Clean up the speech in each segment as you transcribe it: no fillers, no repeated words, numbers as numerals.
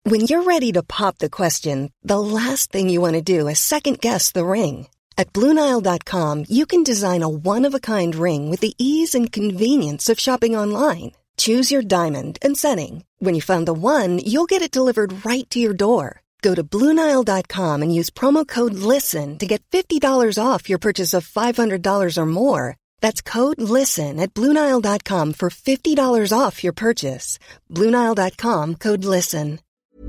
When you're ready to pop the question, the last thing you want to do is second-guess the ring. At BlueNile.com, you can design a one-of-a-kind ring with the ease and convenience of shopping online. Choose your diamond and setting. When you find the one, you'll get it delivered right to your door. Go to BlueNile.com and use promo code LISTEN to get $50 off your purchase of $500 or more. That's code LISTEN at BlueNile.com for $50 off your purchase. BlueNile.com, code LISTEN.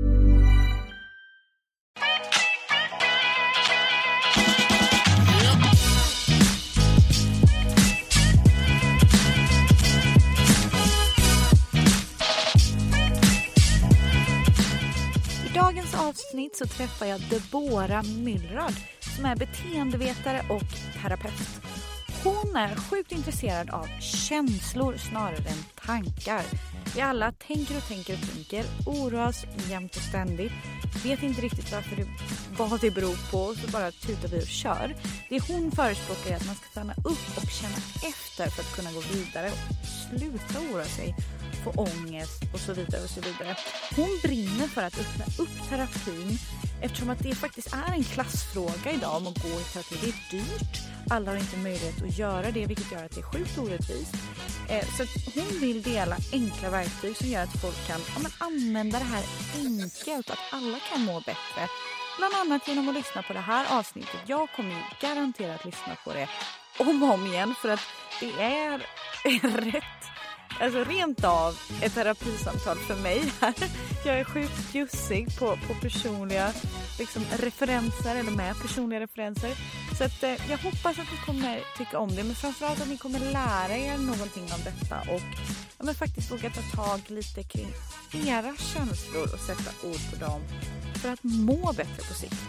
I dagens avsnitt så träffar jag Deborah Myllrad som är beteendevetare och terapeut. Hon är sjukt intresserad av känslor snarare än tankar. Vi alla tänker, oroas jämt och ständigt. Vet inte riktigt vad det beror på, så bara tutar vi och kör. Det hon förespråkar är att man ska stanna upp och känna efter för att kunna gå vidare och sluta oroa sig, få ångest och så vidare och så vidare. Hon brinner för att öppna upp terapin eftersom att det faktiskt är en klassfråga idag om att gå i terapi. Det är dyrt. Alla har inte möjlighet att göra det, vilket gör att det är sjukt orättvist. Så att hon vill dela enkla verktyg som gör att folk kan använda det här enkelt, att alla kan må bättre. Bland annat genom att lyssna på det här avsnittet. Jag kommer ju garanterat lyssna på det om och om igen för att det är rätt. Alltså rent av ett terapisamtal för mig här. Jag är sjukt bjussig på personliga referenser eller med personliga referenser. Så att jag hoppas att ni kommer tycka om det. Men framförallt att ni kommer lära er någonting om detta. Och faktiskt våga ta tag lite kring era känslor och sätta ord på dem. För att må bättre på sikt.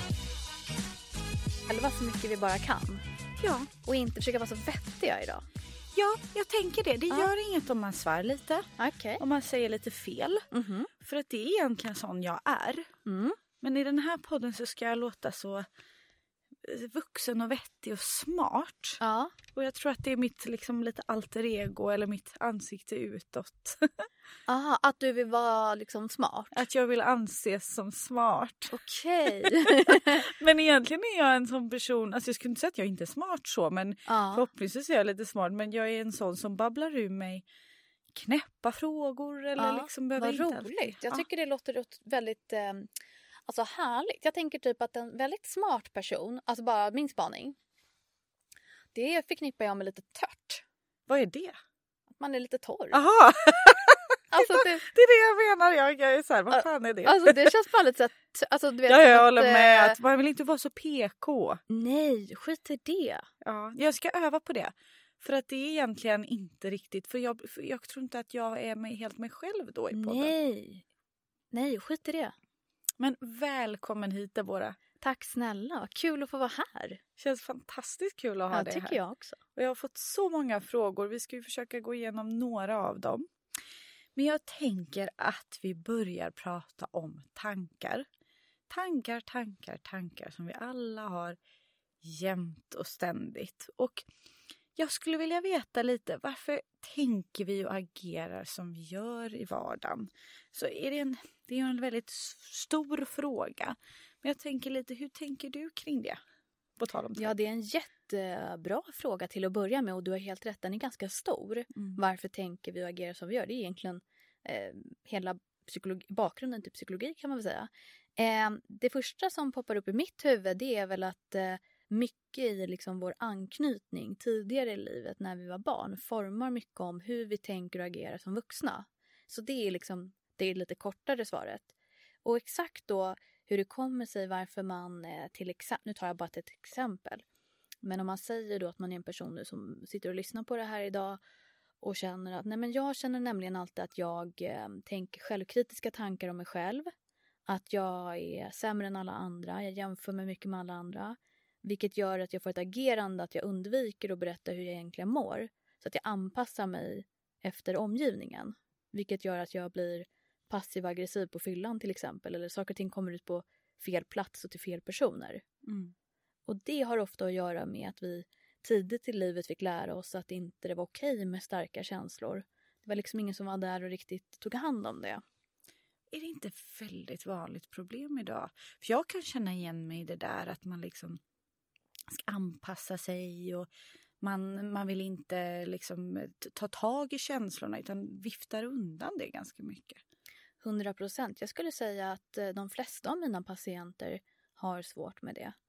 Själva så mycket vi bara kan. Ja. Och inte försöka vara så vettiga idag. Ja, jag tänker det. Det gör inget om man svär lite. Okay. Om man säger lite fel. Mm-hmm. För att det är egentligen sån jag är. Mm. Men i den här podden så ska jag låta så vuxen och vettig och smart. Ja. Och jag tror att det är mitt lite alter ego eller mitt ansikte utåt. Aha, att du vill vara smart. Att jag vill anses som smart. Okej. Men egentligen är jag en sån person, alltså jag skulle inte säga att jag inte är smart så, men förhoppningsvis är jag lite smart. Men jag är en sån som babblar ur mig knäppa frågor eller behöver inte. Vad roligt. Jag tycker det låter väldigt härligt. Jag tänker typ att en väldigt smart person, alltså bara min spaning, det förknippar jag med lite tört. Vad är det? Att man är lite torr. Aha! Alltså, det är det jag menar. Jag är så här, vad fan är det? Alltså det känns bara lite så att, alltså, du vet, jag håller med att man vill inte vara så PK. Nej, skit i det. Ja, jag ska öva på det. För att det är egentligen inte riktigt. För jag tror inte att jag är helt mig själv då i podden. Nej, skit i det. Men välkommen hit Deborah. Tack snälla, kul att få vara här. Känns fantastiskt kul att ha dig här. Ja, tycker jag också. Och jag har fått så många frågor. Vi ska ju försöka gå igenom några av dem. Men jag tänker att vi börjar prata om tankar. Tankar som vi alla har jämt och ständigt. Och jag skulle vilja veta lite, varför tänker vi och agerar som vi gör i vardagen? Så det är en väldigt stor fråga. Men jag tänker lite, hur tänker du kring det? På tal om ja, det är en jättebra fråga till att börja med och du har helt rätt, den är ganska stor. Varför tänker vi och agerar som vi gör? Det är egentligen hela bakgrunden till psykologi kan man väl säga. Det första som poppar upp i mitt huvud det är väl att mycket i vår anknytning tidigare i livet när vi var barn formar mycket om hur vi tänker och agerar som vuxna. Så det är det lite kortare svaret. Och exakt då hur det kommer sig varför man till exempel, nu tar jag bara ett exempel. Men om man säger då att man är en person nu som sitter och lyssnar på det här idag och känner att nej men jag känner nämligen alltid att jag tänker självkritiska tankar om mig själv. Att jag är sämre än alla andra, jag jämför mig mycket med alla andra. Vilket gör att jag får ett agerande att jag undviker att berätta hur jag egentligen mår. Så att jag anpassar mig efter omgivningen. Vilket gör att jag blir passiv-aggressiv på fyllan till exempel. Eller saker och ting kommer ut på fel plats och till fel personer. Mm. Och det har ofta att göra med att vi tidigt i livet fick lära oss att inte det var okej med starka känslor. Det var ingen som var där och riktigt tog hand om det. är det inte ett väldigt vanligt problem idag? För jag kan känna igen mig i det där att man liksom ska anpassa sig och man vill inte liksom ta tag i känslorna utan viftar undan det ganska mycket. 100%. Jag skulle säga att de flesta av mina patienter har svårt med det.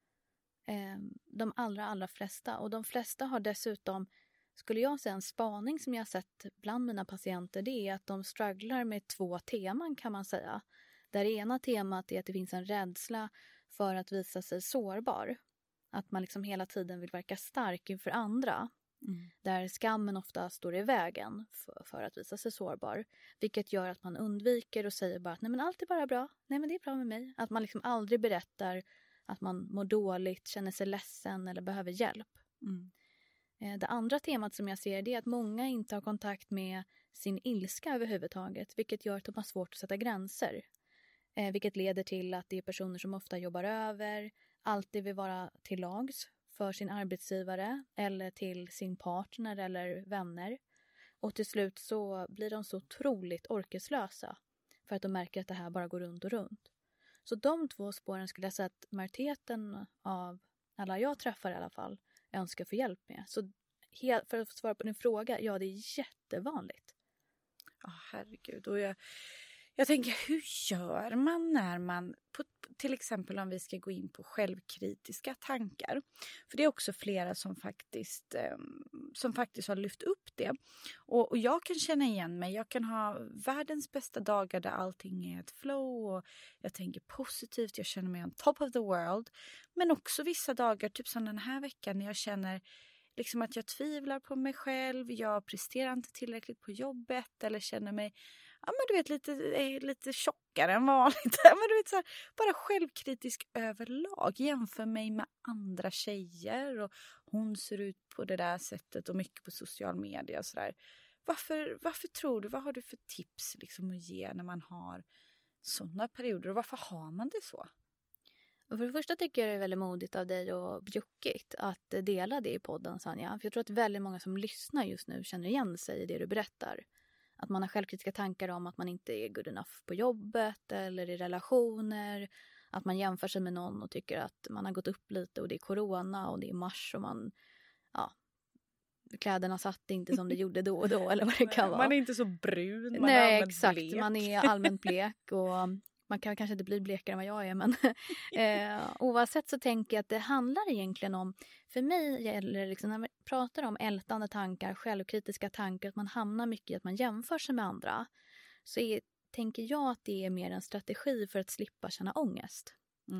De allra flesta. Och de flesta har dessutom, skulle jag säga, en spaning som jag har sett bland mina patienter, det är att de strugglar med 2 teman kan man säga. Där det ena temat är att det finns en rädsla för att visa sig sårbar. Att man liksom hela tiden vill verka stark inför andra. Där skammen ofta står i vägen för att visa sig sårbar. Vilket gör att man undviker och säger bara att nej men allt är bara bra. Nej men det är bra med mig. Att man liksom aldrig berättar att man mår dåligt, känner sig ledsen eller behöver hjälp. Det andra temat som jag ser det är att många inte har kontakt med sin ilska överhuvudtaget. Vilket gör att de har svårt att sätta gränser. Vilket leder till att det är personer som ofta jobbar över, alltid vill vara till lags för sin arbetsgivare eller till sin partner eller vänner. Och till slut så blir de så otroligt orkeslösa för att de märker att det här bara går runt och runt. Så de 2 spåren skulle jag säga att majoriteten av alla jag träffar i alla fall önskar få hjälp med. Så för att svara på din fråga, ja det är jättevanligt. Herregud, och jag tänker, hur gör man när man, till exempel om vi ska gå in på självkritiska tankar. För det är också flera som faktiskt har lyft upp det. Och jag kan känna igen mig, jag kan ha världens bästa dagar där allting är ett flow och jag tänker positivt, jag känner mig on top of the world. Men också vissa dagar, typ som den här veckan, när jag känner liksom att jag tvivlar på mig själv, jag presterar inte tillräckligt på jobbet eller känner mig men du vet lite tjockare än vanligt. Men du vet så här, bara självkritisk överlag. Jämför mig med andra tjejer och hon ser ut på det där sättet och mycket på social media och så där. Varför tror du, vad har du för tips liksom att ge när man har sådana perioder och varför har man det så? Och för det första tycker jag det är väldigt modigt av dig och bjuckigt att dela det i podden, Sanja. För jag tror att väldigt många som lyssnar just nu känner igen sig i det du berättar. Att man har självkritiska tankar om att man inte är good enough på jobbet eller i relationer. Att man jämför sig med någon och tycker att man har gått upp lite och det är corona och det är mars och kläderna satt inte som det gjorde då och då eller vad det kan vara. Man är inte så brun, man är allmänt exakt, blek. Man är allmänt blek och man kan kanske inte bli blekare än vad jag är, men oavsett så tänker jag att det handlar egentligen om, för mig gäller liksom, när man pratar om ältande tankar, självkritiska tankar, att man hamnar mycket i att man jämför sig med andra, så tänker jag att det är mer en strategi för att slippa känna ångest.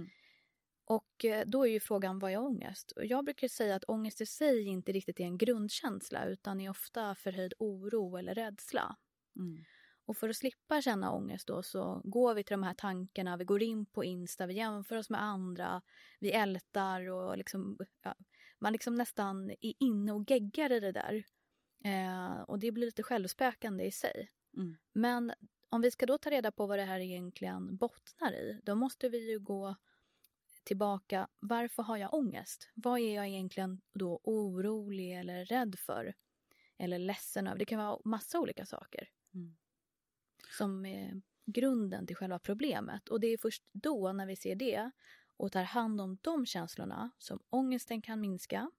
Och då är ju frågan, vad är ångest? Och jag brukar säga att ångest i sig inte riktigt är en grundkänsla utan är ofta förhöjd oro eller rädsla. Och för att slippa känna ångest då så går vi till de här tankarna, vi går in på Insta, vi jämför oss med andra, vi ältar och liksom, man liksom nästan är inne och geggar i det där. Och det blir lite självspäkande i sig. Men om vi ska då ta reda på vad det här egentligen bottnar i, då måste vi ju gå tillbaka. Varför har jag ångest? Vad är jag egentligen då orolig eller rädd för? Eller ledsen över? Det kan vara massa olika saker. Som är grunden till själva problemet. Och det är först då när vi ser det och tar hand om de känslorna som ångesten kan minska.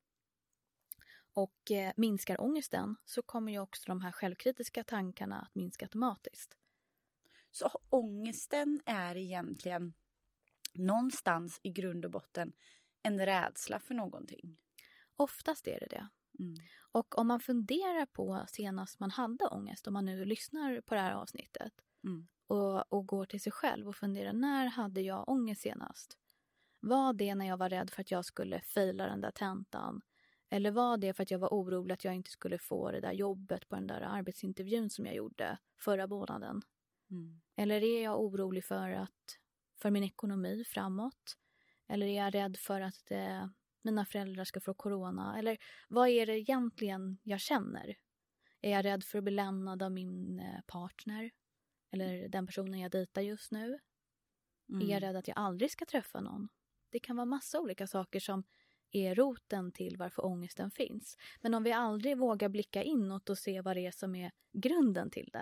Och minskar ångesten så kommer ju också de här självkritiska tankarna att minska automatiskt. Så ångesten är egentligen någonstans i grund och botten en rädsla för någonting? Oftast är det. Och om man funderar på senast man hade ångest, om man nu lyssnar på det här avsnittet och går till sig själv och funderar, när hade jag ångest senast? Var det när jag var rädd för att jag skulle faila den där tentan? Eller var det för att jag var orolig att jag inte skulle få det där jobbet på den där arbetsintervjun som jag gjorde förra månaden? Eller är jag orolig för min ekonomi framåt? Eller är jag rädd för att mina föräldrar ska få corona? Eller vad är det egentligen jag känner? Är jag rädd för att bli lämnad av min partner? Eller den personen jag dejtar just nu? Är jag rädd att jag aldrig ska träffa någon? Det kan vara massa olika saker som är roten till varför ångesten finns. Men om vi aldrig vågar blicka inåt och se vad det är som är grunden till det,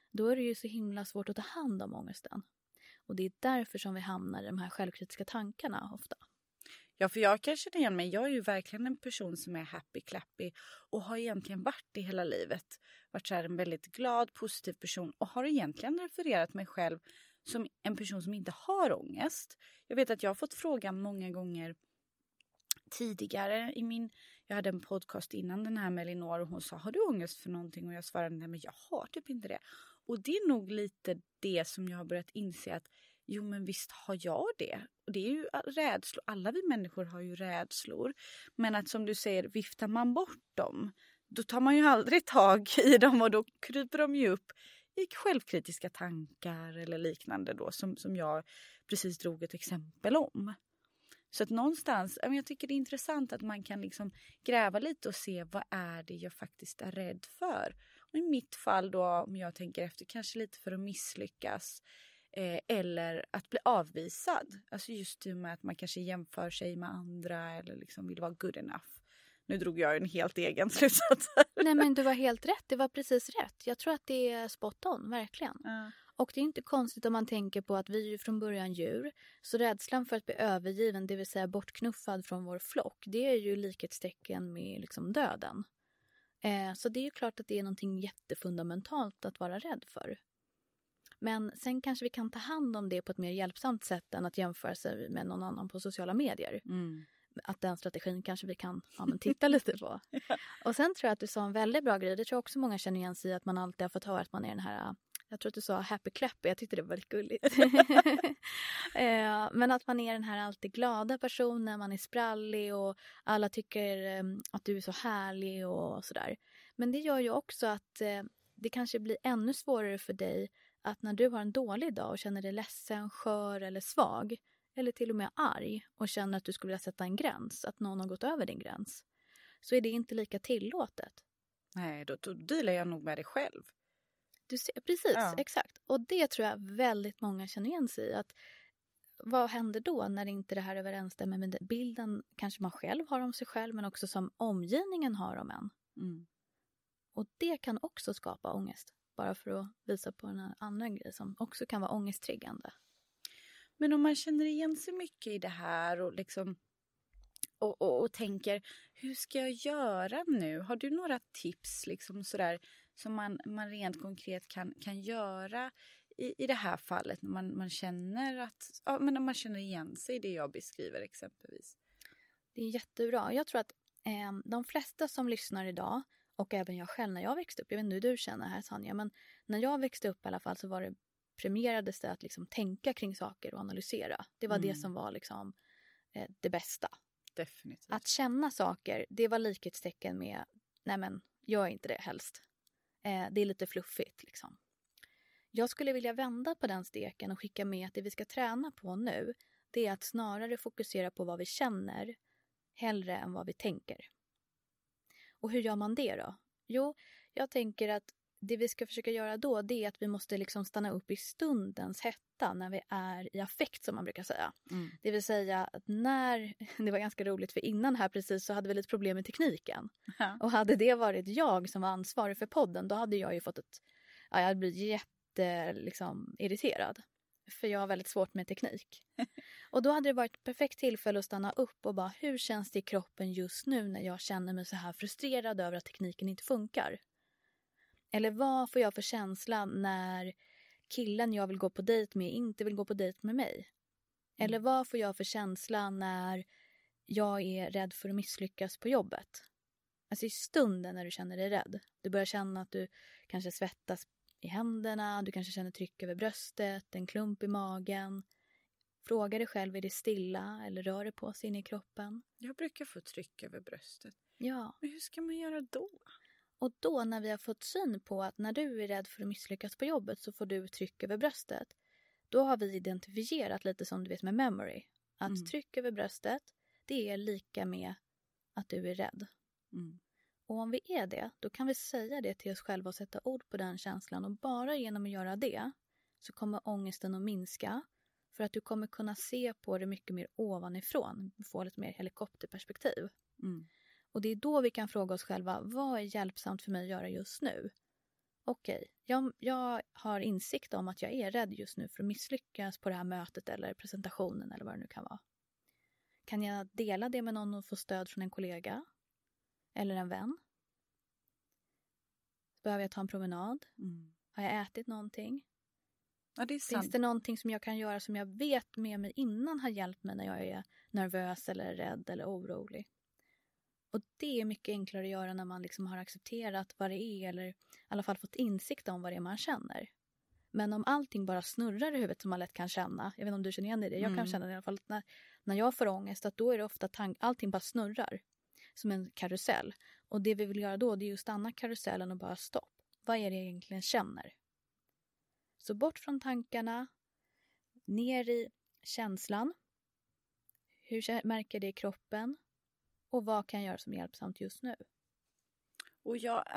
då är det ju så himla svårt att ta hand om ångesten. Och det är därför som vi hamnar i de här självkritiska tankarna ofta. Ja, för jag kan känna igen mig. Jag är ju verkligen en person som är happy-clappy och har egentligen varit i hela livet. Varit så här en väldigt glad, positiv person och har egentligen refererat mig själv som en person som inte har ångest. Jag vet att jag har fått frågan många gånger tidigare jag hade en podcast innan den här med Elinor och hon sa, har du ångest för någonting? Och jag svarade, nej men jag har typ inte det. Och det är nog lite det som jag har börjat inse att jo men visst har jag det. Och det är ju rädslor. Alla vi människor har ju rädslor. Men att som du säger, viftar man bort dem, då tar man ju aldrig tag i dem och då kryper de ju upp i självkritiska tankar eller liknande då som jag precis drog ett exempel om. Så att någonstans, jag tycker det är intressant att man kan liksom gräva lite och se vad är det jag faktiskt är rädd för. Och i mitt fall då, om jag tänker efter, kanske lite för att misslyckas eller att bli avvisad. Alltså just det med att man kanske jämför sig med andra eller liksom vill vara good enough. Nu drog jag en helt egen slutsats. Nej men du var helt rätt, det var precis rätt. Jag tror att det är spot on, verkligen. Och det är inte konstigt om man tänker på att vi är ju från början djur. Så rädslan för att bli övergiven, det vill säga bortknuffad från vår flock, det är ju likhetstecken med liksom döden. Så det är ju klart att det är någonting jättefundamentalt att vara rädd för. Men sen kanske vi kan ta hand om det på ett mer hjälpsamt sätt än att jämföra sig med någon annan på sociala medier. Att den strategin kanske vi kan titta lite på. Och sen tror jag att du sa en väldigt bra grej. Det tror jag också många känner igen sig i, att man alltid har fått höra att man är den här, jag tror att du sa happy clappy, jag tyckte det var väldigt gulligt. Men att man är den här alltid glada personen, man är sprallig och alla tycker att du är så härlig och sådär. Men det gör ju också att det kanske blir ännu svårare för dig att när du har en dålig dag och känner dig ledsen, skör eller svag, eller till och med arg och känner att du skulle vilja sätta en gräns, att någon har gått över din gräns, så är det inte lika tillåtet. Nej, då delar jag nog med dig själv. Du ser, precis, ja. Exakt. Och det tror jag väldigt många känner igen sig i. Att, vad händer då när inte det här överensstämmer med bilden kanske man själv har om sig själv, men också som omgivningen har om en. Och det kan också skapa ångest. Bara för att visa på en annan grej som också kan vara ångesttriggande. Men om man känner igen sig mycket i det här och liksom och tänker, hur ska jag göra nu? Har du några tips liksom sådär som man rent konkret kan göra i det här fallet när man känner att men när man känner igen sig i det jag beskriver exempelvis? Det är jättebra. Jag tror att de flesta som lyssnar idag, och även jag själv när jag växte upp, jag vet inte hur du känner här Sanja, men när jag växte upp i alla fall så var det premierades det att liksom tänka kring saker och analysera. Det var det som var liksom det bästa. Definitivt. Att känna saker, det var likhetstecken med, nej men gör inte det helst. Det är lite fluffigt liksom. Jag skulle vilja vända på den steken och skicka med att det vi ska träna på nu, det är att snarare fokusera på vad vi känner hellre än vad vi tänker. Och hur gör man det då? Jo, jag tänker att det vi ska försöka göra då, det är att vi måste liksom stanna upp i stundens hetta när vi är i affekt, som man brukar säga. Det vill säga att det var ganska roligt för innan här precis så hade vi lite problem med tekniken. Och hade det varit jag som var ansvarig för podden, då hade jag ju fått jag hade blivit irriterad. För jag har väldigt svårt med teknik. Och då hade det varit ett perfekt tillfälle att stanna upp och bara, hur känns det i kroppen just nu när jag känner mig så här frustrerad över att tekniken inte funkar? Eller vad får jag för känsla när killen jag vill gå på dejt med inte vill gå på dejt med mig? Eller vad får jag för känsla när jag är rädd för att misslyckas på jobbet? Alltså i stunden när du känner dig rädd. Du börjar känna att du kanske svettas i händerna, du kanske känner tryck över bröstet, en klump i magen. Fråga dig själv, är det stilla eller rör det på sig in i kroppen? Jag brukar få tryck över bröstet. Ja. Men hur ska man göra då? Och då när vi har fått syn på att när du är rädd för att misslyckas på jobbet så får du tryck över bröstet. Då har vi identifierat lite som du vet med memory. Att tryck över bröstet, det är lika med att du är rädd. Och om vi är det, då kan vi säga det till oss själva och sätta ord på den känslan. Och bara genom att göra det så kommer ångesten att minska. För att du kommer kunna se på det mycket mer ovanifrån. Få lite mer okej, jag har insikt om att jag är rädd just nu för att misslyckas på det här mötet eller presentationen eller vad det nu kan vara. Kan jag dela det med någon och få stöd från en kollega? Eller en vän? Behöver jag ta en promenad? Har jag ätit någonting? Ja, det är sant. Finns det någonting som jag kan göra som jag vet med mig innan har hjälpt mig när jag är nervös eller rädd eller orolig? Och det är mycket enklare att göra när man liksom har accepterat vad det är eller i alla fall fått insikt om vad det är man känner. Men om allting bara snurrar i huvudet som man lätt kan känna, jag vet inte om du känner igen det, jag kan känna det i alla fall när jag får ångest, att då är det ofta allting bara snurrar som en karusell. Och det vi vill göra då, det är ju att stanna karusellen och bara stopp. Vad är det jag egentligen känner? Så bort från tankarna, ner i känslan. Hur märker det i kroppen? Och vad kan jag göra som hjälpsamt just nu? Och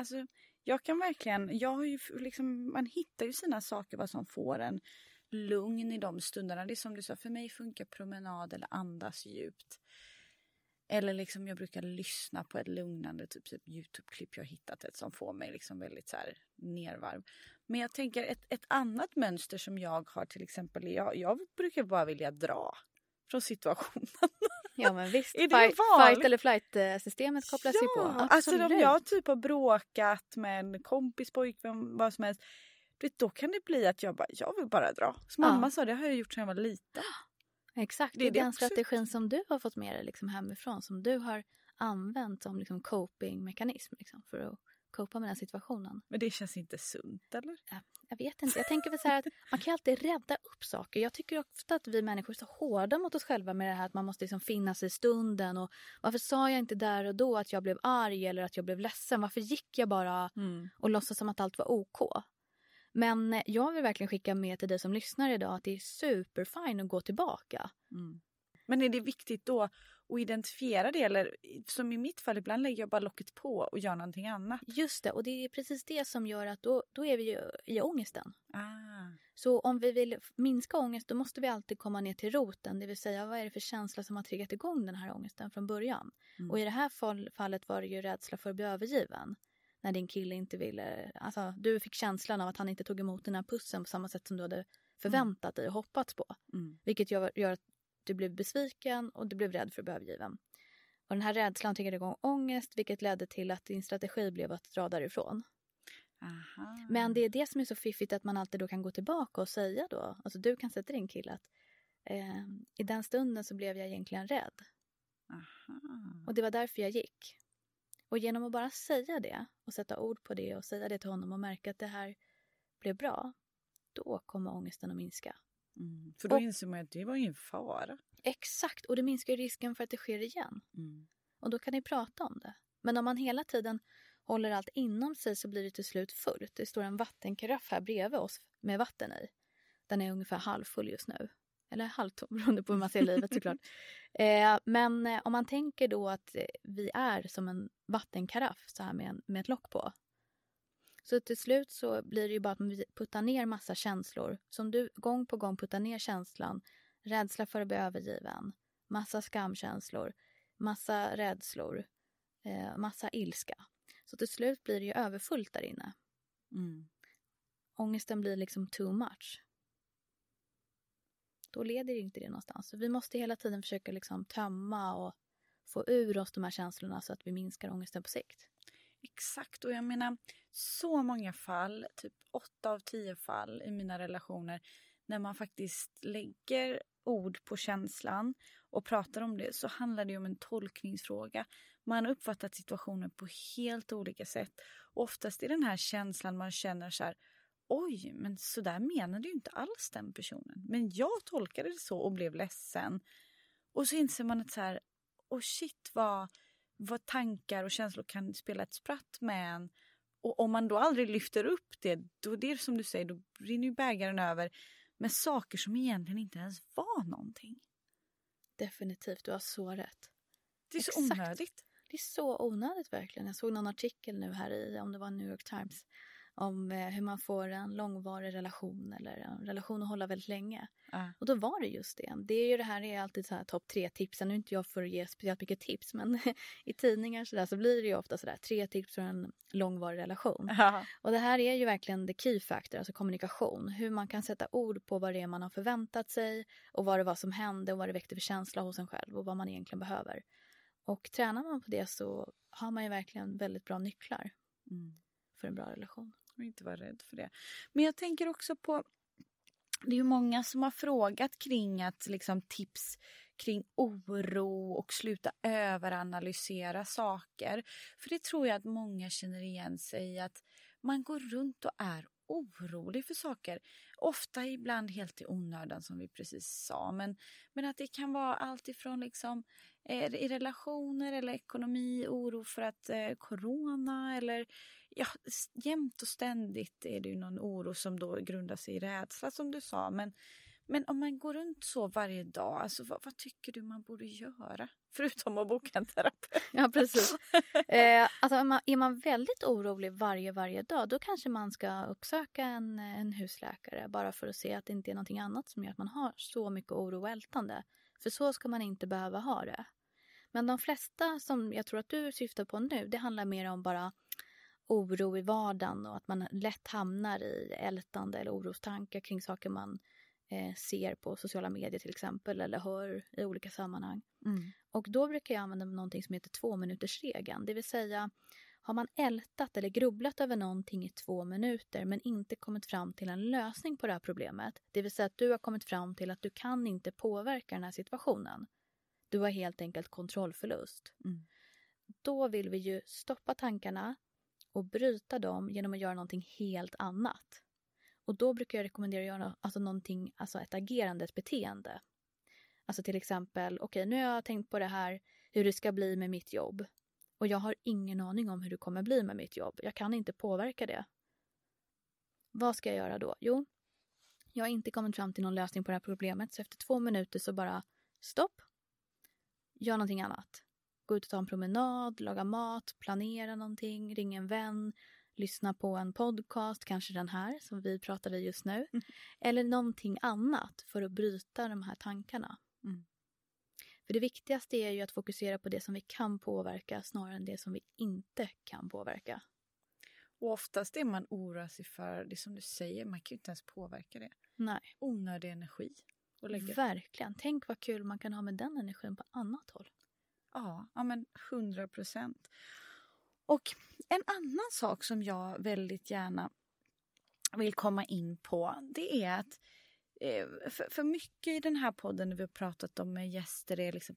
jag kan verkligen, jag har ju liksom, man hittar ju sina saker vad som får en lugn i de stunderna. Det är som du sa, för mig funkar promenad eller andas djupt. Eller liksom jag brukar lyssna på ett lugnande typ YouTube-klipp jag har hittat ett som får mig liksom väldigt så här nervarv. Men jag tänker ett annat mönster som jag har till exempel, jag brukar bara vilja dra från situationen. Ja men visst, är det fight eller flight-systemet kopplas ju på. Absolut. Alltså om jag typ har bråkat med en kompis, pojkvän, vad som helst. Då kan det bli att jag vill bara dra. Som mamma sa, det har jag gjort sedan jag var liten. Exakt, det är den strategin som du har fått med dig liksom hemifrån. Som du har använt som liksom coping-mekanism liksom, för att copa med den situationen. Men det känns inte sunt, eller? Jag vet inte. Jag tänker väl så här att man kan alltid rädda upp saker. Jag tycker ofta att vi människor är så hårda mot oss själva med det här att man måste liksom finna sig i stunden. Och varför sa jag inte där och då att jag blev arg eller att jag blev ledsen? Varför gick jag bara och låtsas som att allt var OK? Men jag vill verkligen skicka med till dig som lyssnar idag att det är superfine att gå tillbaka. Men är det viktigt då att identifiera det? Eller som i mitt fall, ibland lägger jag bara locket på och gör någonting annat. Just det, och det är precis det som gör att då är vi ju i ångesten. Ah. Så om vi vill minska ångest, då måste vi alltid komma ner till roten. Det vill säga, vad är det för känsla som har triggat igång den här ångesten från början? Och i det här fallet var det ju rädsla för att bli övergiven. När din kille inte ville, alltså du fick känslan av att han inte tog emot den här pussen på samma sätt som du hade förväntat dig och hoppats på. Vilket gör att du blev besviken och du blev rädd för att bli övergiven. Och den här rädslan triggade igång ångest, vilket ledde till att din strategi blev att dra därifrån. Aha. Men det är det som är så fiffigt att man alltid då kan gå tillbaka och säga då, alltså du kan säga till din kille att i den stunden så blev jag egentligen rädd. Aha. Och det var därför jag gick. Och genom att bara säga det och sätta ord på det och säga det till honom och märka att det här blev bra, då kommer ångesten att minska. För då inser man att det var ingen fara. Exakt, och det minskar risken för att det sker igen. Och då kan ni prata om det. Men om man hela tiden håller allt inom sig så blir det till slut fullt. Det står en vattenkaraff här bredvid oss med vatten i. Den är ungefär halvfull just nu. Eller halvtom, beroende på hur man ser livet såklart. Men om man tänker då att vi är som en vattenkaraff så här med ett lock på. Så till slut så blir det ju bara att man puttar ner massa känslor. Som du gång på gång puttar ner känslan. Rädsla för att bli övergiven. Massa skamkänslor. Massa rädslor. Massa ilska. Så till slut blir det ju överfullt där inne. Ångesten blir liksom too much. Då leder inte det någonstans. Så vi måste hela tiden försöka liksom tömma och få ur oss de här känslorna så att vi minskar ångesten på sikt. Exakt, och jag menar så många fall, typ 8 av 10 fall i mina relationer, när man faktiskt lägger ord på känslan och pratar om det, så handlar det om en tolkningsfråga. Man har uppfattat situationen på helt olika sätt. Och oftast är den här känslan man känner så här: oj, men så där menade ju inte alls den personen. Men jag tolkade det så och blev ledsen. Och så inser man att så här, shit, vad tankar och känslor kan spela ett spratt med en. Och om man då aldrig lyfter upp det, då det är som du säger, då rinner ju bägaren över med saker som egentligen inte ens var någonting. Definitivt, du har så rätt. Det är så onödigt. Det är så onödigt verkligen. Jag såg någon artikel nu här i, om det var New York Times, om hur man får en långvarig relation eller en relation att hålla väldigt länge. Och då var det just det. Det är ju det här är alltid så här topp 3 tipsen. Nu är inte jag för att ge speciellt mycket tips, men i tidningar så blir det ju ofta sådär 3 tips för en långvarig relation. Och det här är ju verkligen the key factor, alltså kommunikation. Hur man kan sätta ord på vad det är man har förväntat sig och vad det var som hände och vad det väckte för känsla hos en själv och vad man egentligen behöver. Och tränar man på det så har man ju verkligen väldigt bra nycklar för en bra relation. Och inte vara rädd för det. Men jag tänker också på, det är ju många som har frågat kring att liksom tips kring oro och sluta överanalysera saker. För det tror jag att många känner igen sig i, att man går runt och är orolig för saker. Ofta ibland helt i onödan som vi precis sa. Men att det kan vara allt ifrån liksom, i relationer eller ekonomi, oro för att corona eller jämt och ständigt är det ju någon oro som då grundar sig i rädsla som du sa. Men om man går runt så varje dag, alltså vad tycker du man borde göra? Förutom att boka en terapeut. Ja, precis. Alltså är man väldigt orolig varje dag, då kanske man ska uppsöka en husläkare. Bara för att se att det inte är någonting annat som gör att man har så mycket oro och ältande. För så ska man inte behöva ha det. Men de flesta som jag tror att du syftar på nu, det handlar mer om bara oro i vardagen. Och att man lätt hamnar i ältande eller orostankar kring saker man ser på sociala medier till exempel, eller hör i olika sammanhang. Och då brukar jag använda någonting som heter 2-minutersregeln. Det vill säga, har man ältat eller grubblat över någonting i 2 minuter men inte kommit fram till en lösning på det här problemet, det vill säga att du har kommit fram till att du kan inte påverka den här situationen. Du har helt enkelt kontrollförlust. Då vill vi ju stoppa tankarna och bryta dem genom att göra någonting helt annat. Och då brukar jag rekommendera att göra någonting, alltså ett agerande, ett beteende. Alltså till exempel, okej, nu har jag tänkt på det här, hur det ska bli med mitt jobb. Och jag har ingen aning om hur det kommer bli med mitt jobb. Jag kan inte påverka det. Vad ska jag göra då? Jo, jag har inte kommit fram till någon lösning på det här problemet. Så efter 2 minuter så bara stopp. Gör någonting annat. Gå ut och ta en promenad, laga mat, planera någonting, ring en vän. Lyssna på en podcast, kanske den här som vi pratade just nu. Eller någonting annat för att bryta de här tankarna. För det viktigaste är ju att fokusera på det som vi kan påverka snarare än det som vi inte kan påverka. Och oftast är man oroar sig för det som du säger, man kan ju inte ens påverka det. Nej. Onödig energi. Verkligen. Tänk vad kul man kan ha med den energin på annat håll. Ja, men 100%. Och en annan sak som jag väldigt gärna vill komma in på, det är att för mycket i den här podden när vi har pratat om med gäster är liksom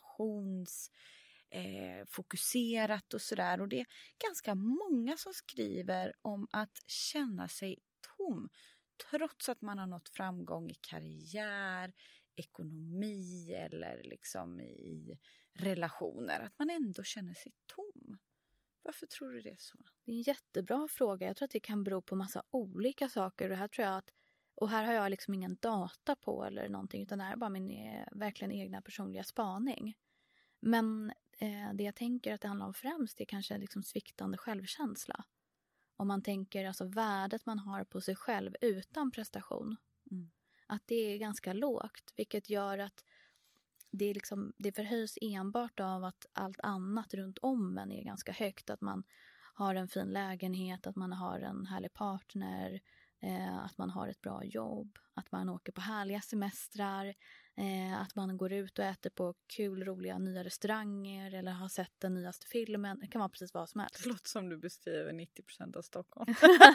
prestationsfokuserat och sådär. Och det är ganska många som skriver om att känna sig tom trots att man har nått framgång i karriär, ekonomi eller liksom i relationer. Att man ändå känner sig tom. Varför tror du det är så? Det är en jättebra fråga. Jag tror att det kan bero på massa olika saker. Och här har jag liksom ingen data på eller någonting, utan det här är bara min verkligen egna personliga spaning. Men det jag tänker att det handlar om främst är kanske liksom sviktande självkänsla. Om man tänker alltså värdet man har på sig själv utan prestation. Att det är ganska lågt, vilket gör att det förhöjs enbart av att allt annat runt om en är ganska högt. Att man har en fin lägenhet, att man har en härlig partner, att man har ett bra jobb, att man åker på härliga semestrar, att man går ut och äter på kul, roliga nya restauranger eller har sett den nyaste filmen. Det kan vara precis vad som helst. Det låter som du beskriver 90% av Stockholm.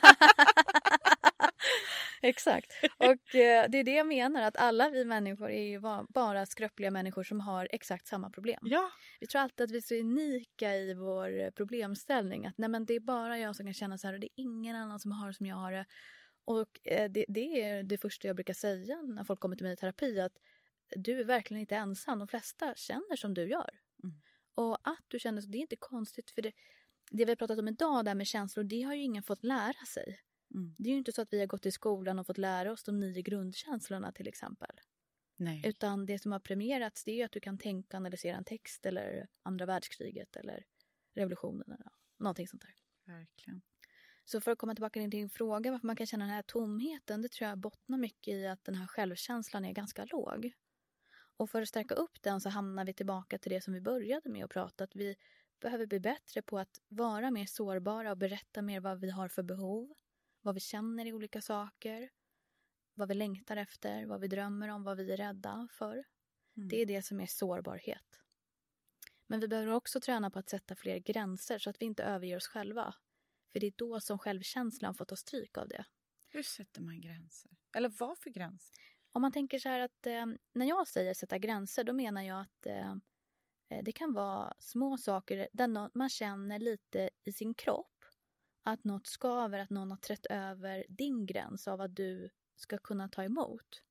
Exakt. Och det är det jag menar, att alla vi människor är ju bara skröpliga människor som har exakt samma problem. Ja. Vi tror alltid att vi är så unika i vår problemställning. Att nej, men det är bara jag som kan känna så här och det är ingen annan som har det som jag har det. Och det är det första jag brukar säga när folk kommer till mig i terapi, att du är verkligen inte ensam. De flesta känner som du gör. Och att du känner så, det är inte konstigt, för det vi har pratat om idag där med känslor, det har ju ingen fått lära sig. Det är ju inte så att vi har gått i skolan och fått lära oss de 9 grundkänslorna till exempel. Nej. Utan det som har premierats, det är att du kan tänka, analysera en text eller andra världskriget eller revolutionen eller någonting sånt där. Verkligen. Så för att komma tillbaka till din fråga varför man kan känna den här tomheten, det tror jag bottnar mycket i att den här självkänslan är ganska låg. Och för att stärka upp den så hamnar vi tillbaka till det som vi började med att prata, att vi behöver bli bättre på att vara mer sårbara och berätta mer vad vi har för behov, vad vi känner i olika saker, vad vi längtar efter, vad vi drömmer om, vad vi är rädda för. Det är det som är sårbarhet. Men vi behöver också träna på att sätta fler gränser så att vi inte överger oss själva. För det är då som självkänslan får ta stryk av det. Hur sätter man gränser? Eller vad för gränser? Om man tänker så här att när jag säger sätta gränser, då menar jag att det kan vara små saker där man känner lite i sin kropp att något skaver, att någon har trätt över din gräns av att du ska kunna ta emot.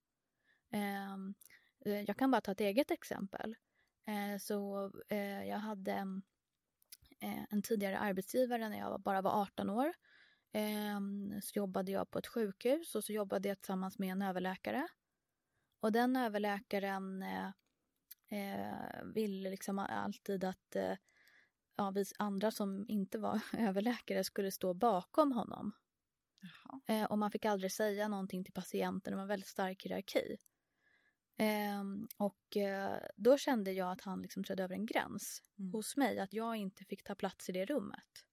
Jag kan bara ta ett eget exempel. Jag hade en tidigare arbetsgivare när jag bara var 18 år. Så jobbade jag på ett sjukhus och så jobbade jag tillsammans med en överläkare. Och den överläkaren ville liksom alltid att vi andra som inte var överläkare skulle stå bakom honom. Och man fick aldrig säga någonting till patienten. Det var en väldigt stark hierarki. Då kände jag att han liksom trädde över en gräns hos mig. Att jag inte fick ta plats i det rummet.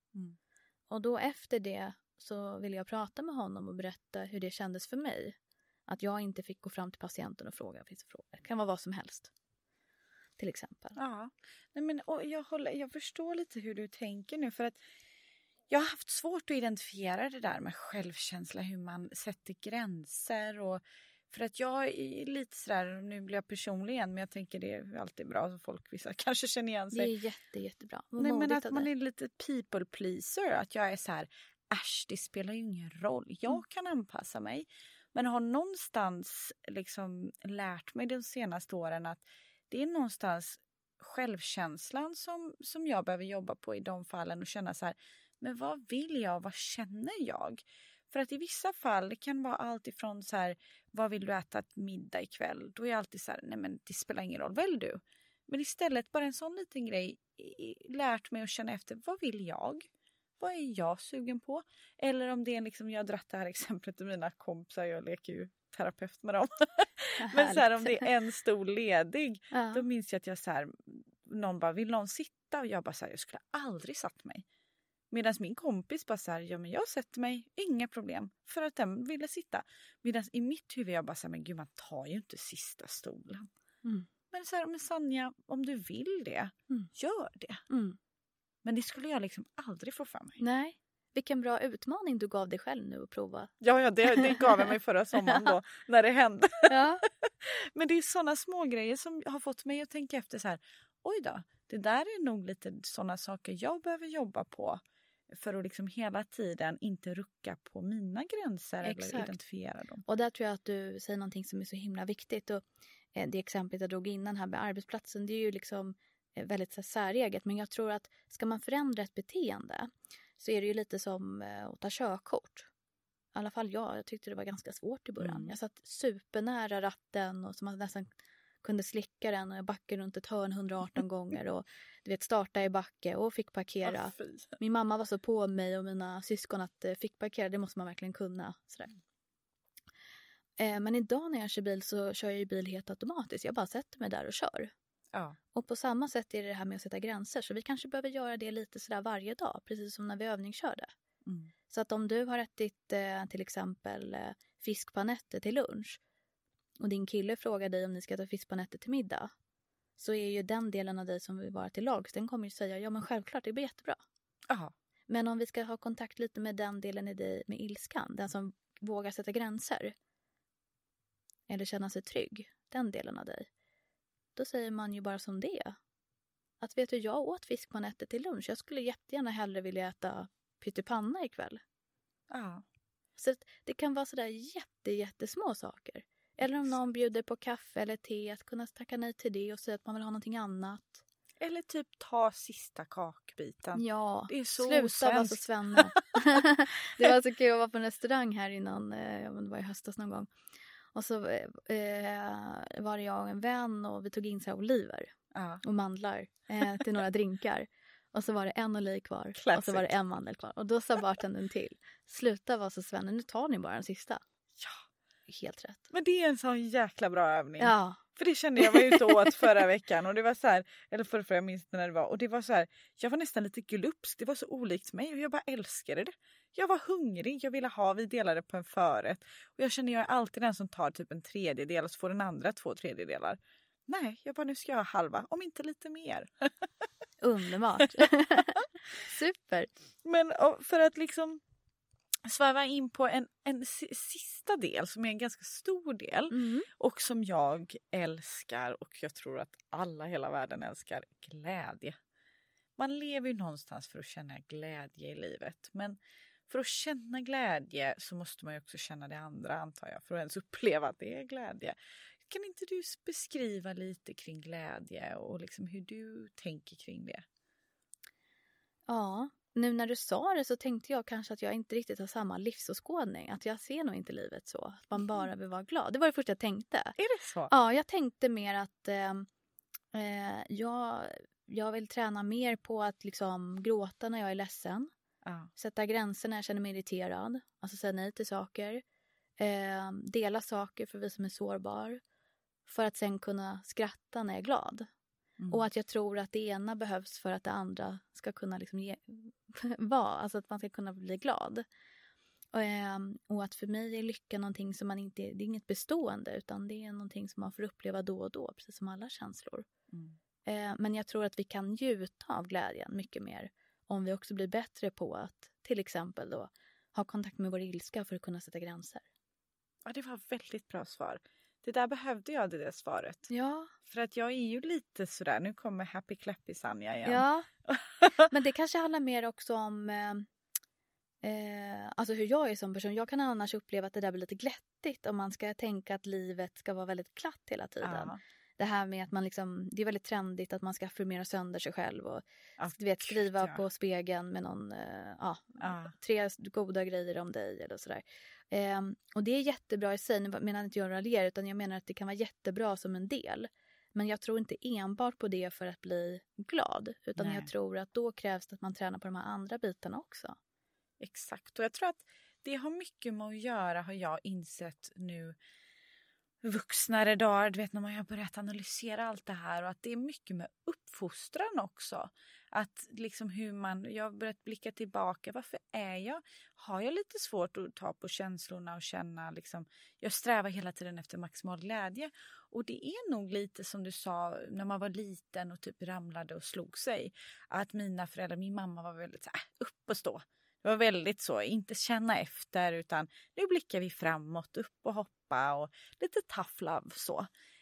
Och då efter det så ville jag prata med honom och berätta hur det kändes för mig. Att jag inte fick gå fram till patienten och fråga. Det kan vara vad som helst. Till exempel. Ja, nej men, och jag förstår lite hur du tänker nu. För att jag har haft svårt att identifiera det där med självkänsla. Hur man sätter gränser. Och för att jag är lite sådär, nu blir jag personlig igen. Men jag tänker det är alltid bra. Så folk vissa kanske känner igen sig. Det är jättebra. Nej, men att man är lite people pleaser. Att jag är så här, det spelar ju ingen roll. Jag kan anpassa mig. Men har någonstans liksom lärt mig de senaste åren att det är någonstans självkänslan som jag behöver jobba på i de fallen och känna så här, men vad vill jag, vad känner jag? För att i vissa fall, det kan vara allt ifrån så här, vad vill du äta till middag ikväll? Då är jag alltid så här, nej men det spelar ingen roll, väl du? Men istället bara en sån liten grej lärt mig att känna efter, vad vill jag? Vad är jag sugen på? Eller om det är liksom, jag har dratt det här exemplet till mina kompisar, jag leker ju terapeut med dem. Men så här, om det är en stor ledig, då minns jag att jag så här, någon bara, vill någon sitta? Och jag bara så här, jag skulle aldrig satt mig. Medan min kompis bara så här, ja men jag sätter mig, inga problem. För att den ville sitta. Medan i mitt huvud jag bara så här, men gud man tar ju inte sista stolen. Men så här, men Sanja, om du vill det, gör det. Men det skulle jag liksom aldrig få för mig. Nej, vilken bra utmaning du gav dig själv nu att prova. Ja, det gav jag mig förra sommaren då, när det hände. Ja. Men det är sådana små grejer som har fått mig att tänka efter så här, oj då, det där är nog lite sådana saker jag behöver jobba på. För att liksom hela tiden inte rucka på mina gränser. Exakt. Eller identifiera dem. Och där tror jag att du säger någonting som är så himla viktigt. Och det exemplet jag drog innan här med arbetsplatsen, det är ju liksom väldigt så säreget. Men jag tror att ska man förändra ett beteende så är det ju lite som att ta körkort. I alla fall jag tyckte det var ganska svårt i början. Jag satt supernära ratten och så man nästan kunde slicka den och jag backade runt ett hörn 118 gånger och du vet starta i backe och fick parkera. Min mamma var så på mig och mina syskon att fick parkera, det måste man verkligen kunna. Sådär. Men idag när jag kör bil så kör jag ju bil helt automatiskt. Jag bara sätter mig där och kör. Ja. Och på samma sätt är det här med att sätta gränser. Så vi kanske behöver göra det lite sådär varje dag. Precis som när vi övningskörde. Så att om du har ätit till exempel fiskpanetter till lunch. Och din kille frågar dig om ni ska ta fiskpanetter till middag. Så är ju den delen av dig som vill vara till lags. Den kommer ju säga, ja men självklart det blir jättebra. Aha. Men om vi ska ha kontakt lite med den delen i dig med ilskan. Den som vågar sätta gränser. Eller känna sig trygg. Den delen av dig. Då säger man ju bara som det är. Att vet du, jag åt fiskpanetter till lunch. Jag skulle jättegärna hellre vilja äta pyttipanna ikväll. Ja. Så det kan vara sådär jättesmå saker. Eller om någon bjuder på kaffe eller te. Att kunna tacka nej till det och säga att man vill ha någonting annat. Eller typ ta sista kakbiten. Ja, det är så sluta vara så svenna. Det var så kul att vara på en restaurang här innan. Det var i höstas någon gång. Och så var det jag och en vän och vi tog in så här oliver och mandlar till några drinkar. Och så var det en olej kvar. Classic. Och så var det en mandel kvar. Och då sa bartendern till. Sluta vara så Svenne, nu tar ni bara den sista. Ja. Helt rätt. Men det är en sån jäkla bra övning. Ja. För det kände jag var ute och åt förra veckan. Och det var så här, eller förra jag minns inte när det var. Och det var så här, jag var nästan lite glupsk. Det var så olikt mig och jag bara älskade det. Jag var hungrig, jag ville ha, vi delade på en förrätt. Och jag känner jag är alltid den som tar typ en tredjedel och så får den andra 2/3. Nej, jag bara nu ska jag ha halva, om inte lite mer. Underbart. Super. Men för att liksom sväva in på en sista del som är en ganska stor del och som jag älskar och jag tror att alla i hela världen älskar, glädje. Man lever ju någonstans för att känna glädje i livet, men för att känna glädje så måste man ju också känna det andra, antar jag, för att ens uppleva att det är glädje. Kan inte du beskriva lite kring glädje och liksom hur du tänker kring det? Ja, nu när du sa det så tänkte jag kanske att jag inte riktigt har samma livsåskådning. Att jag ser nog inte livet så. Att man bara vill vara glad. Det var det första jag tänkte. Är det så? Ja, jag tänkte mer att jag vill träna mer på att liksom gråta när jag är ledsen. Sätta gränser när jag känner mig irriterad. Alltså säga nej till saker. Dela saker för vi som är sårbar. För att sen kunna skratta när jag är glad. Och att jag tror att det ena behövs för att det andra ska kunna liksom vara. Alltså att man ska kunna bli glad. Och att för mig är lycka någonting som man inte... Det är inget bestående utan det är någonting som man får uppleva då och då. Precis som alla känslor. Men jag tror att vi kan njuta av glädjen mycket mer. Om vi också blir bättre på att till exempel då ha kontakt med vår ilska för att kunna sätta gränser. Ja, det var väldigt bra svar. Det där behövde jag, det där svaret. Ja. För att jag är ju lite sådär, nu kommer Happy Clappy Sanja igen. Ja, men det kanske handlar mer också om alltså hur jag är som person. Jag kan annars uppleva att det där blir lite glättigt om man ska tänka att livet ska vara väldigt glatt hela tiden. Ja. Det här med att man liksom, det är väldigt trendigt att man ska affirmera sönder sig själv och du vet, skriva på spegeln med någon 3 goda grejer om dig eller sådär. Och det är jättebra i sig, jag menar inte jag raljerar utan jag menar att det kan vara jättebra som en del. Men jag tror inte enbart på det för att bli glad, utan jag tror att då krävs det att man tränar på de här andra bitarna också. Exakt, och jag tror att det har mycket med att göra, har jag insett nu vuxnare dagar, du vet när man har börjat analysera allt det här och att det är mycket med uppfostran också. Att liksom jag har börjat blicka tillbaka, varför har jag lite svårt att ta på känslorna och känna liksom, jag strävar hela tiden efter maximal glädje. Och det är nog lite som du sa när man var liten och typ ramlade och slog sig. Att min mamma var väldigt så upp och stå. Det var väldigt så, inte känna efter utan nu blickar vi framåt, upp och hoppa och lite tough love så.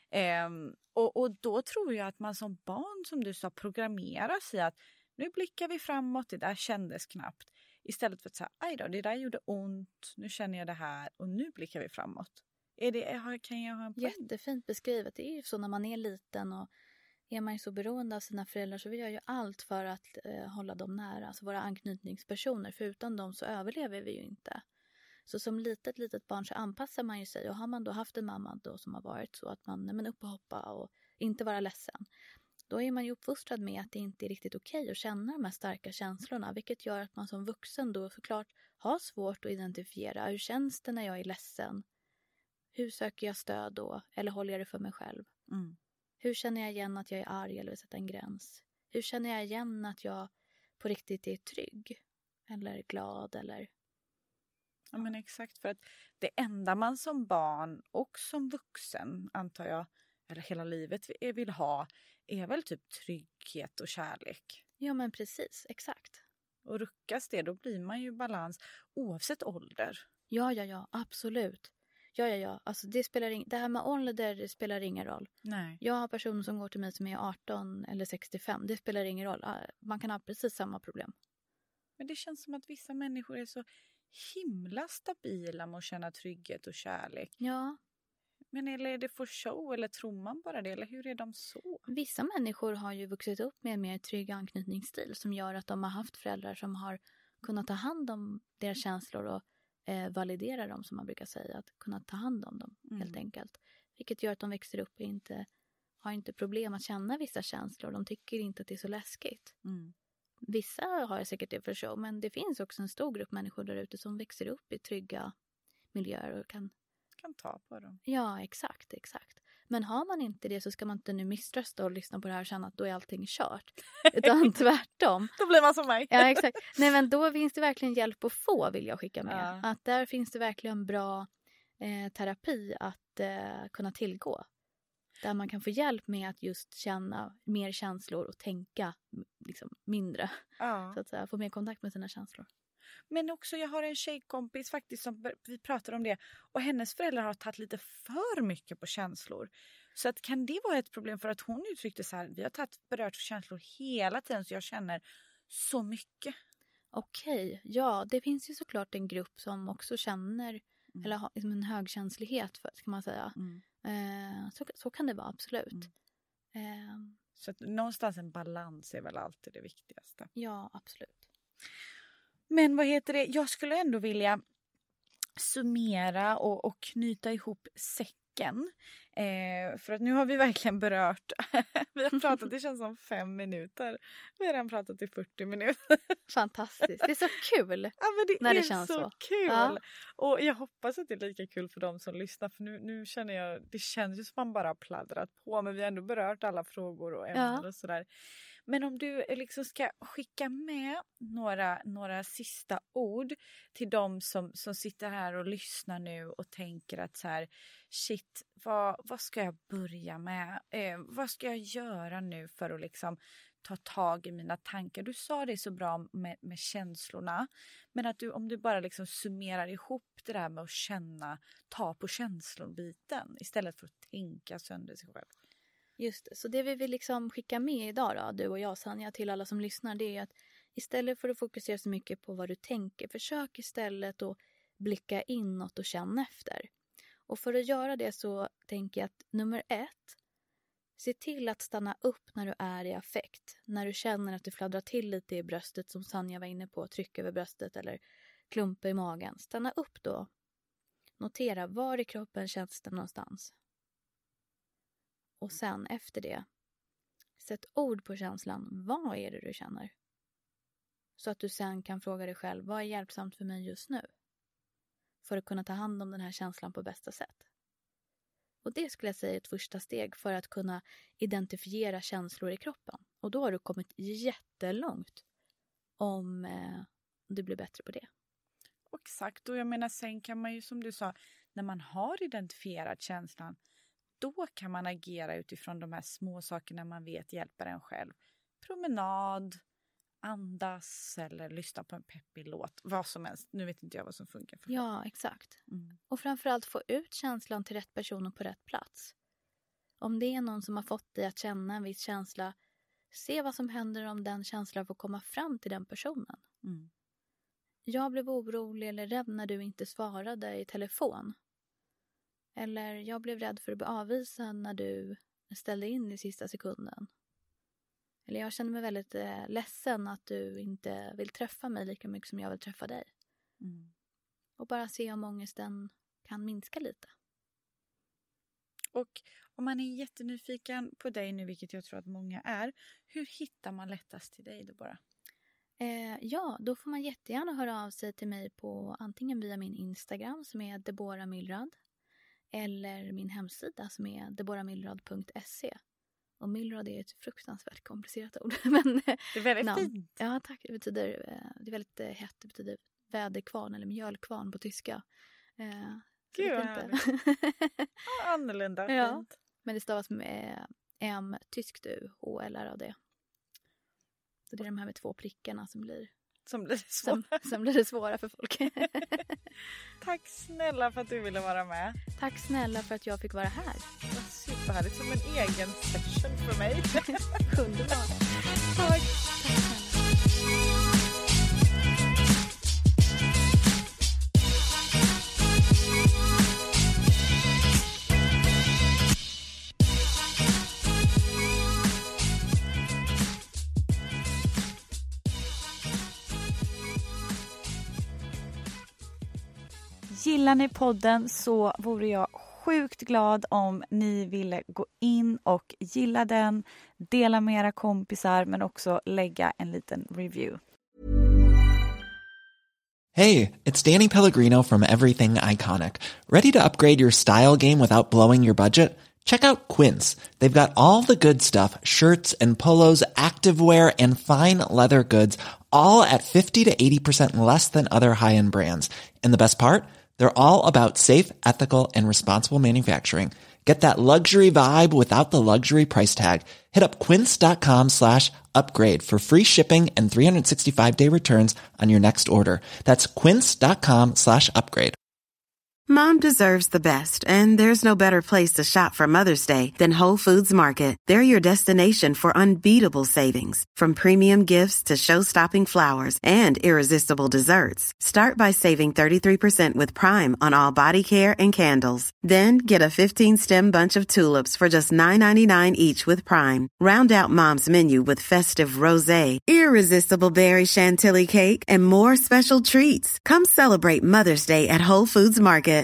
Och då tror jag att man som barn, som du sa, programmeras i att nu blickar vi framåt, det där kändes knappt. Istället för att säga, aj då, det där gjorde ont, nu känner jag det här och nu blickar vi framåt. Kan jag ha en poäng? Jättefint beskrivet, det är ju så när man är liten och är man ju så beroende av sina föräldrar så vi gör ju allt för att hålla dem nära. Alltså våra anknytningspersoner. För utan dem så överlever vi ju inte. Så som litet barn så anpassar man ju sig. Och har man då haft en mamma då som har varit så att man upp och hoppa och inte vara ledsen. Då är man ju uppfostrad med att det inte är riktigt okej att känna de här starka känslorna. Vilket gör att man som vuxen då såklart har svårt att identifiera. Hur känns det när jag är ledsen? Hur söker jag stöd då? Eller håller jag det för mig själv? Hur känner jag igen att jag är arg eller vill sätta en gräns? Hur känner jag igen att jag på riktigt är trygg? Eller glad eller... Ja men exakt, för att det enda man som barn och som vuxen antar jag, eller hela livet vill ha är väl typ trygghet och kärlek. Ja men precis, exakt. Och ruckas det då blir man ju balans oavsett ålder. Ja, absolut. Ja. Alltså det här med ålder spelar ingen roll. Nej. Jag har personer som går till mig som är 18 eller 65. Det spelar ingen roll. Man kan ha precis samma problem. Men det känns som att vissa människor är så himla stabila med att känna trygghet och kärlek. Ja. Men eller är det för show eller tror man bara det? Eller hur är de så? Vissa människor har ju vuxit upp med en mer trygg anknytningsstil som gör att de har haft föräldrar som har kunnat ta hand om deras känslor och validera dem som man brukar säga. Att kunna ta hand om dem helt enkelt. Vilket gör att de växer upp och har inte problem att känna vissa känslor. De tycker inte att det är så läskigt. vissa har säkert det för show, men det finns också en stor grupp människor där ute som växer upp i trygga miljöer och kan ta på dem. Ja, exakt. Men har man inte det så ska man inte nu misströsta och lyssna på det här och känna att då är allting kört. Utan tvärtom. Då blir man som mig. Ja, exakt. Nej, men då finns det verkligen hjälp att få, vill jag skicka med. Att där finns det verkligen bra terapi att kunna tillgå. Där man kan få hjälp med att just känna mer känslor och tänka liksom mindre. Så att säga, få mer kontakt med sina känslor. Men också, jag har en tjejkompis faktiskt som vi pratar om det. Och hennes föräldrar har tagit lite för mycket på känslor. Så att kan det vara ett problem, för att hon uttryckte så här: vi har berört känslor hela tiden så jag känner så mycket. Okej, ja, det finns ju såklart en grupp som också känner eller har liksom en högkänslighet för, ska man säga. Så kan det vara, absolut. Så att någonstans en balans är väl alltid det viktigaste. Ja, absolut. Men vad heter det? Jag skulle ändå vilja summera och knyta ihop säcken. För att nu har vi verkligen berört. Vi har pratat, det känns som 5 minuter. Vi har redan pratat i 40 minuter. Fantastiskt. Det är så kul. Ja, men det när är det känns så kul. Ja. Och jag hoppas att det är lika kul för de som lyssnar. För nu känner jag, det känns ju som man bara har pladdrat på. Men vi har ändå berört alla frågor och ämnen och sådär. Men om du liksom ska skicka med några sista ord till de som sitter här och lyssnar nu och tänker att så här, shit, vad ska jag börja med? Vad ska jag göra nu för att liksom ta tag i mina tankar? Du sa det så bra med känslorna. Men att om du bara liksom summerar ihop det där med att känna, ta på känslobiten istället för att tänka sönder sig själv. Just det. Så det vi vill liksom skicka med idag då, du och jag, Sanja, till alla som lyssnar, det är att istället för att fokusera så mycket på vad du tänker, försök istället att blicka inåt och känna efter. Och för att göra det så tänker jag att nummer 1, se till att stanna upp när du är i affekt. När du känner att du fladdrar till lite i bröstet, som Sanja var inne på, tryck över bröstet eller klumpa i magen. Stanna upp då. Notera, var i kroppen känns det någonstans? Och sen efter det, sätt ord på känslan. Vad är det du känner? Så att du sen kan fråga dig själv, vad är hjälpsamt för mig just nu? För att kunna ta hand om den här känslan på bästa sätt. Och det skulle jag säga är ett första steg för att kunna identifiera känslor i kroppen. Och då har du kommit jättelångt om du blir bättre på det. Exakt, och jag menar sen kan man ju, som du sa, när man har identifierat känslan, då kan man agera utifrån de här små sakerna man vet hjälper en själv. Promenad, andas eller lyssna på en peppig låt. Vad som helst. Nu vet inte jag vad som funkar för. Ja, exakt. Och framförallt få ut känslan till rätt person och på rätt plats. Om det är någon som har fått dig att känna en viss känsla, se vad som händer om den känslan får komma fram till den personen. Jag blev orolig eller rädd när du inte svarade i telefon. Eller jag blev rädd för att bli avvisad när du ställde in i sista sekunden. Eller jag kände mig väldigt ledsen att du inte vill träffa mig lika mycket som jag vill träffa dig. Och bara se om ångesten kan minska lite. Och om man är jättenyfiken på dig nu, vilket jag tror att många är, hur hittar man lättast till dig då bara? Ja, då får man jättegärna höra av sig till mig på antingen via min Instagram som är Deborah Millrad. Eller min hemsida som är deborahmillrad.se. Och Millrad är ett fruktansvärt komplicerat ord. Men, det är väldigt fint. Ja, tack. Det är väldigt hett. Det betyder väderkvarn eller mjölkvarn på tyska. Gud vad härligt. Annorlunda. Ja, men det stavas med M, tyskt U, HLRAD. Så det är de här med 2 prickarna som blir det svåra för folk. Tack snälla för att du ville vara med. Tack snälla för att jag fick vara här. Det var superhärligt, som en egen session för mig. Underbart. Tack. Gillar ni podden så vore jag sjukt glad om ni ville gå in och gilla den, dela med era kompisar men också lägga en liten review. Hey, it's Danny Pellegrino from Everything Iconic. Ready to upgrade your style game without blowing your budget? Check out Quince. They've got all the good stuff, shirts and polos, activewear and fine leather goods, all at 50 to 80% less than other high-end brands. And the best part? They're all about safe, ethical, and responsible manufacturing. Get that luxury vibe without the luxury price tag. Hit up quince.com/upgrade for free shipping and 365-day returns on your next order. That's quince.com/upgrade. Mom deserves the best, and there's no better place to shop for Mother's Day than Whole Foods Market. They're your destination for unbeatable savings, from premium gifts to show-stopping flowers and irresistible desserts. Start by saving 33% with Prime on all body care and candles. Then get a 15-stem bunch of tulips for just $9.99 each with Prime. Round out Mom's menu with festive rosé, irresistible berry chantilly cake, and more special treats. Come celebrate Mother's Day at Whole Foods Market.